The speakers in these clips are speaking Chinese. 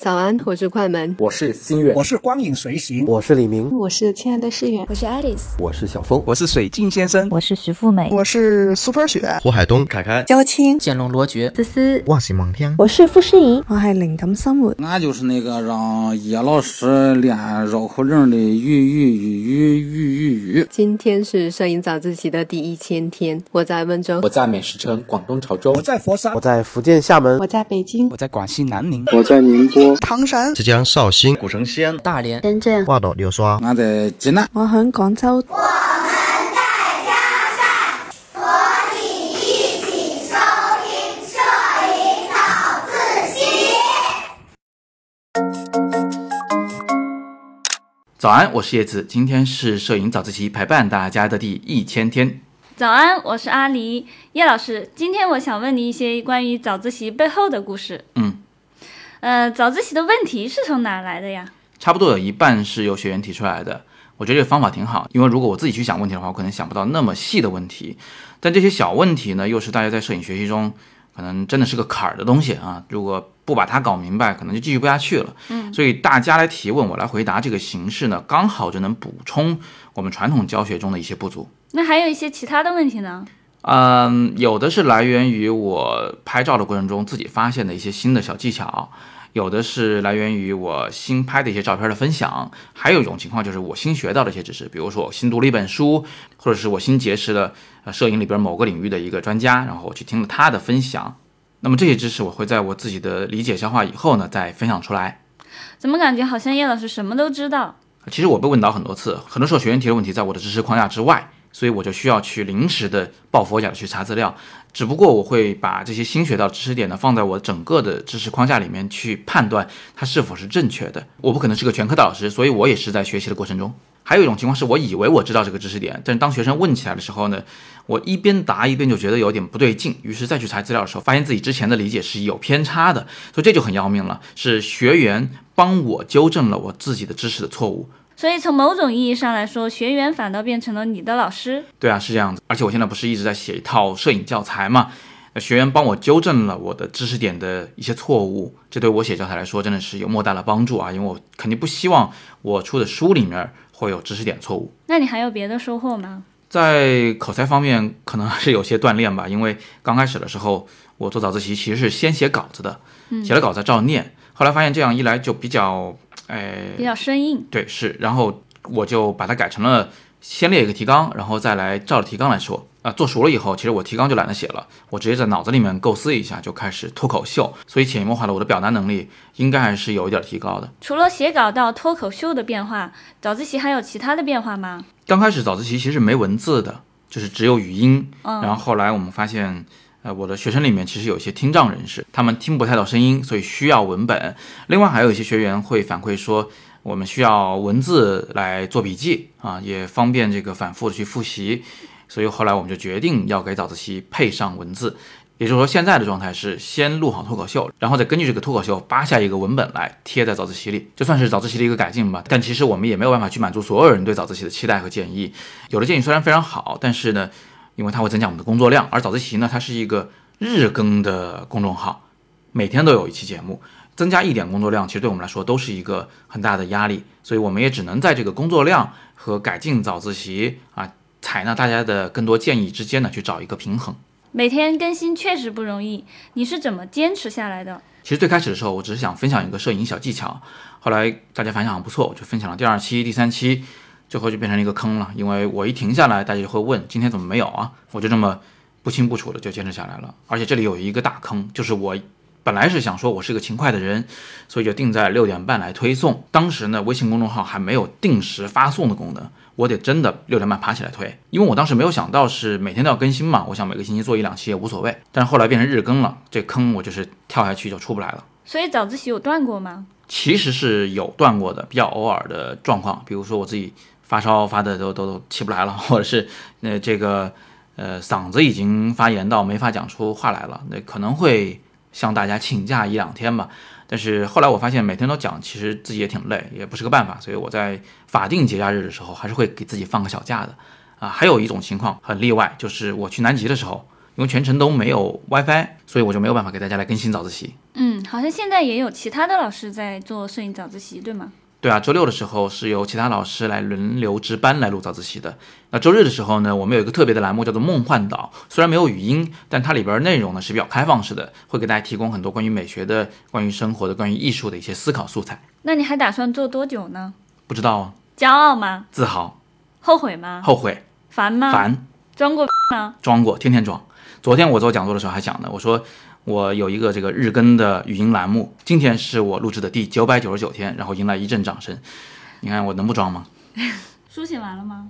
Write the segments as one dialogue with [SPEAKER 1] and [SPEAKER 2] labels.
[SPEAKER 1] 早安，我是快门，
[SPEAKER 2] 我是新月，
[SPEAKER 3] 我是光影随行，
[SPEAKER 4] 我是李明，
[SPEAKER 5] 我是亲爱的世远，
[SPEAKER 6] 我是 Alice，
[SPEAKER 4] 我是小峰，
[SPEAKER 7] 我是水镜先生，
[SPEAKER 8] 我是徐富美，
[SPEAKER 9] 我是苏菲雪，
[SPEAKER 10] 胡海东，凯凯，
[SPEAKER 11] 焦青，
[SPEAKER 12] 剑龙罗爵，
[SPEAKER 8] 思思，
[SPEAKER 10] 我是蒙天，
[SPEAKER 13] 我是傅诗怡，
[SPEAKER 14] 我是灵感生活。
[SPEAKER 15] 俺就是那个让叶老师练绕口令的鱼。
[SPEAKER 1] 今天是摄影早自习的第1000天，我在温州，
[SPEAKER 2] 我在美食城广东潮州，
[SPEAKER 3] 我在佛山，
[SPEAKER 4] 我在福建厦门，
[SPEAKER 5] 我在北京，
[SPEAKER 7] 我在广西南宁，
[SPEAKER 16] 我在宁波、
[SPEAKER 9] 唐山、
[SPEAKER 10] 浙江绍兴、
[SPEAKER 7] 古城西安、
[SPEAKER 12] 大连、
[SPEAKER 13] 深圳、
[SPEAKER 10] 花都、流沙。
[SPEAKER 15] 俺在济南，
[SPEAKER 14] 我喺廣州。
[SPEAKER 17] 我们在嘉善，和你一起收听摄影早自习。
[SPEAKER 18] 早安，我是叶子，今天是摄影早自习陪伴大家的第1000天。
[SPEAKER 19] 早安，我是阿狸。叶老师，今天我想问你一些关于早自习背后的故事。早自习的问题是从哪来的呀？
[SPEAKER 18] 差不多有一半是由学员提出来的。我觉得这个方法挺好，因为如果我自己去想问题的话，我可能想不到那么细的问题。但这些小问题呢，又是大家在摄影学习中可能真的是个坎儿的东西啊。如果不把它搞明白，可能就继续不下去了。所以大家来提问，我来回答，这个形式呢，刚好就能补充我们传统教学中的一些不足。
[SPEAKER 19] 那还有一些其他的问题呢？
[SPEAKER 18] 有的是来源于我拍照的过程中自己发现的一些新的小技巧，有的是来源于我新拍的一些照片的分享，还有一种情况就是我新学到的一些知识，比如说我新读了一本书，或者是我新结识了摄影里边某个领域的一个专家，然后我去听了他的分享。那么这些知识我会在我自己的理解消化以后呢，再分享出来。
[SPEAKER 19] 怎么感觉好像叶老师什么都知道？
[SPEAKER 18] 其实我被问到很多次，很多时候学员提的问题在我的知识框架之外，所以我就需要去临时的抱佛脚的去查资料。只不过我会把这些新学到的知识点呢，放在我整个的知识框架里面去判断它是否是正确的。我不可能是个全科导师，所以我也是在学习的过程中。还有一种情况是我以为我知道这个知识点，但是当学生问起来的时候呢，我一边答一边就觉得有点不对劲，于是再去查资料的时候，发现自己之前的理解是有偏差的，所以这就很要命了，是学员帮我纠正了我自己的知识的错误。
[SPEAKER 19] 所以从某种意义上来说，学员反倒变成了你的老师。
[SPEAKER 18] 对啊，是这样子。而且我现在不是一直在写一套摄影教材嘛，学员帮我纠正了我的知识点的一些错误，这对我写教材来说真的是有莫大的帮助啊，因为我肯定不希望我出的书里面会有知识点错误。
[SPEAKER 19] 那你还有别的收获吗？
[SPEAKER 18] 在口才方面可能还是有些锻炼吧，因为刚开始的时候我做早自习其实是先写稿子的，写了稿子照念，后来发现这样一来就比较
[SPEAKER 19] 生硬。
[SPEAKER 18] 对，是，然后我就把它改成了先列一个提纲，然后再来照着提纲来说。做熟了以后，其实我提纲就懒得写了，我直接在脑子里面构思一下就开始脱口秀，所以潜移默化的我的表达能力应该还是有一点提高的。
[SPEAKER 19] 除了写稿到脱口秀的变化，早自习还有其他的变化吗？
[SPEAKER 18] 刚开始早自习其实没文字的，就是只有语音，然后后来我们发现我的学生里面其实有一些听障人士，他们听不太到声音，所以需要文本。另外还有一些学员会反馈说，我们需要文字来做笔记啊，也方便这个反复的去复习。所以后来我们就决定要给早自习配上文字，也就是说现在的状态是先录好脱口秀，然后再根据这个脱口秀扒下一个文本来贴在早自习里，这算是早自习的一个改进吧。但其实我们也没有办法去满足所有人对早自习的期待和建议，有的建议虽然非常好，但是呢，因为它会增加我们的工作量，而早自习呢，它是一个日更的公众号，每天都有一期节目，增加一点工作量其实对我们来说都是一个很大的压力，所以我们也只能在这个工作量和改进早自习采纳大家的更多建议之间呢去找一个平衡。
[SPEAKER 19] 每天更新确实不容易，你是怎么坚持下来的？
[SPEAKER 18] 其实最开始的时候我只是想分享一个摄影小技巧，后来大家反响很不错，我就分享了第2期第3期，最后就变成了一个坑了，因为我一停下来大家就会问今天怎么没有啊，我就这么不清不楚的就坚持下来了。而且这里有一个大坑，就是我本来是想说我是个勤快的人，所以就定在6点半来推送。当时呢，微信公众号还没有定时发送的功能，我得真的6点半爬起来推，因为我当时没有想到是每天都要更新嘛，我想每个星期做1-2期也无所谓。但是后来变成日更了，这坑我就是跳下去就出不来了。
[SPEAKER 19] 所以早自习有断过吗？
[SPEAKER 18] 其实是有断过的，比较偶尔的状况，比如说我自己发烧发的都起不来了，或者是嗓子已经发炎到没法讲出话来了，那可能会向大家请假1-2天吧。但是后来我发现每天都讲其实自己也挺累，也不是个办法，所以我在法定节假日的时候还是会给自己放个小假的。还有一种情况很例外，就是我去南极的时候， 因为全程都没有 WiFi， 所以我就没有办法给大家来更新早自习。
[SPEAKER 19] 好像现在也有其他的老师在做摄影早自习，对吗？
[SPEAKER 18] 对啊，周六的时候是由其他老师来轮流值班来录早自习的。那周日的时候呢，我们有一个特别的栏目叫做梦幻岛，虽然没有语音，但它里边内容呢是比较开放式的，会给大家提供很多关于美学的、关于生活的、关于艺术的一些思考素材。
[SPEAKER 19] 那你还打算做多久呢？
[SPEAKER 18] 不知道啊。
[SPEAKER 19] 骄傲吗？
[SPEAKER 18] 自豪。
[SPEAKER 19] 后悔吗？
[SPEAKER 18] 后悔。
[SPEAKER 19] 烦吗？
[SPEAKER 18] 烦。
[SPEAKER 19] 装过吗？
[SPEAKER 18] 装过，天天装。昨天我做讲座的时候还讲呢，我说我有一个这个日更的语音栏目，今天是我录制的第999天，然后迎来一阵掌声。你看我能不装吗？
[SPEAKER 19] 书写完了吗？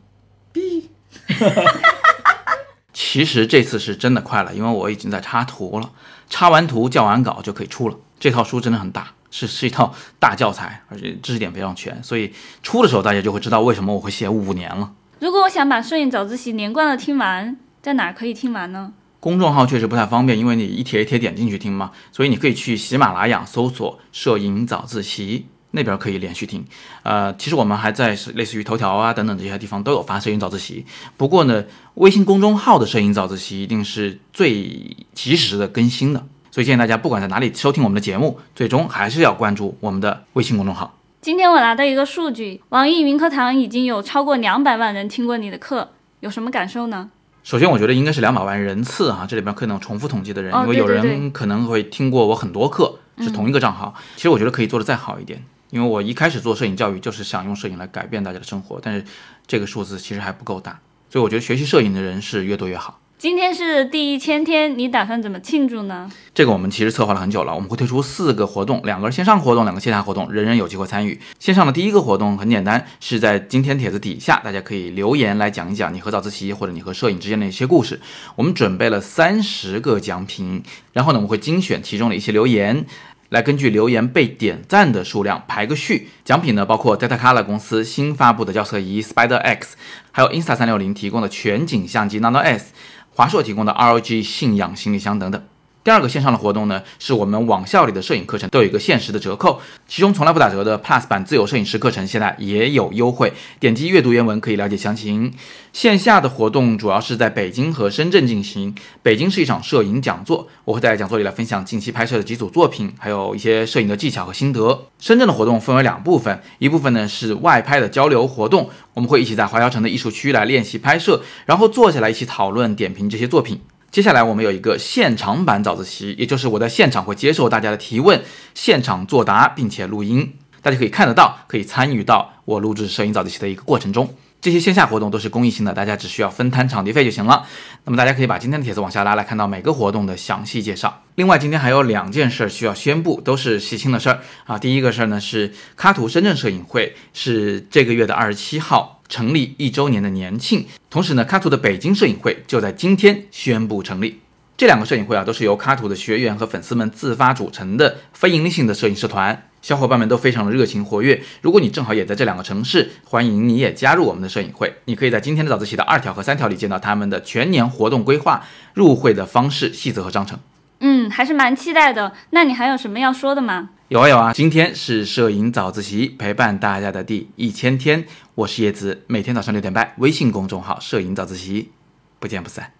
[SPEAKER 18] 其实这次是真的快了，因为我已经在插图了，插完图校完稿就可以出了。这套书真的很大，是一套大教材，而且知识点非常全，所以出的时候大家就会知道为什么我会写5年了。
[SPEAKER 19] 如果我想把摄影早自习连贯的听完，在哪儿可以听完呢？
[SPEAKER 18] 公众号确实不太方便，因为你一帖一帖点进去听嘛，所以你可以去喜马拉雅搜索摄影早自习，那边可以连续听。其实我们还在类似于头条啊等等这些地方都有发摄影早自习，不过呢，微信公众号的摄影早自习一定是最及时的更新的，所以建议大家不管在哪里收听我们的节目，最终还是要关注我们的微信公众号。
[SPEAKER 19] 今天我拿到一个数据，网易云课堂已经有超过200万人听过你的课，有什么感受呢？
[SPEAKER 18] 首先我觉得应该是200万人次啊，这里边可能统计统计的人，因为有人可能会听过我很多课，是同一个账号。其实我觉得可以做得再好一点，因为我一开始做摄影教育就是想用摄影来改变大家的生活，但是这个数字其实还不够大，所以我觉得学习摄影的人是越多越好。
[SPEAKER 19] 今天是第1000天，你打算怎么庆祝呢？
[SPEAKER 18] 这个我们其实策划了很久了，我们会推出4个活动，2个是线上活动，2个线下活动，人人有机会参与。线上的第一个活动很简单，是在今天帖子底下，大家可以留言来讲一讲你和早自习或者你和摄影之间的一些故事。我们准备了30个奖品，然后呢，我们会精选其中的一些留言，来根据留言被点赞的数量排个序。奖品呢包括 Datacolor 公司新发布的校测仪 Spider X， 还有 Insta360 提供的全景相机 Nano S， 华硕提供的 ROG 信仰行李箱等等。第二个线上的活动呢，是我们网校里的摄影课程都有一个限时的折扣，其中从来不打折的 Plus 版自由摄影师课程现在也有优惠，点击阅读原文可以了解详情。线下的活动主要是在北京和深圳进行，北京是一场摄影讲座，我会在讲座里来分享近期拍摄的几组作品，还有一些摄影的技巧和心得。深圳的活动分为2部分，一部分呢是外拍的交流活动，我们会一起在华侨城的艺术区来练习拍摄，然后坐下来一起讨论点评这些作品。接下来我们有一个现场版早自习，也就是我在现场会接受大家的提问，现场作答并且录音，大家可以看得到，可以参与到我录制摄影早自习的一个过程中。这些线下活动都是公益性的，大家只需要分摊场地费就行了。那么大家可以把今天的帖子往下拉，来看到每个活动的详细介绍。另外今天还有2件事需要宣布，都是喜庆的事儿啊。第一个事儿呢是喀图深圳摄影会是这个月的27号成立1周年的年庆，同时呢喀图的北京摄影会就在今天宣布成立。这2个摄影会都是由喀图的学员和粉丝们自发组成的非营利性的摄影社团，小伙伴们都非常的热情活跃。如果你正好也在这2个城市，欢迎你也加入我们的摄影会。你可以在今天的早自习的2条和3条里见到他们的全年活动规划、入会的方式、细则和章程。
[SPEAKER 19] 还是蛮期待的。那你还有什么要说的吗？
[SPEAKER 18] 有啊，今天是摄影早自习陪伴大家的第1000天，我是叶子，每天早上6点半，微信公众号摄影早自习，不见不散。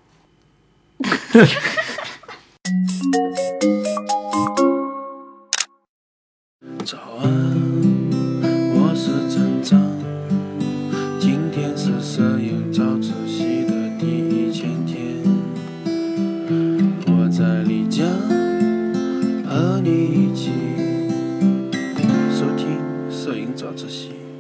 [SPEAKER 3] 早安，我是陈章，今天是摄影早自习的第1000天，我在丽江和你一起收听摄影早自习。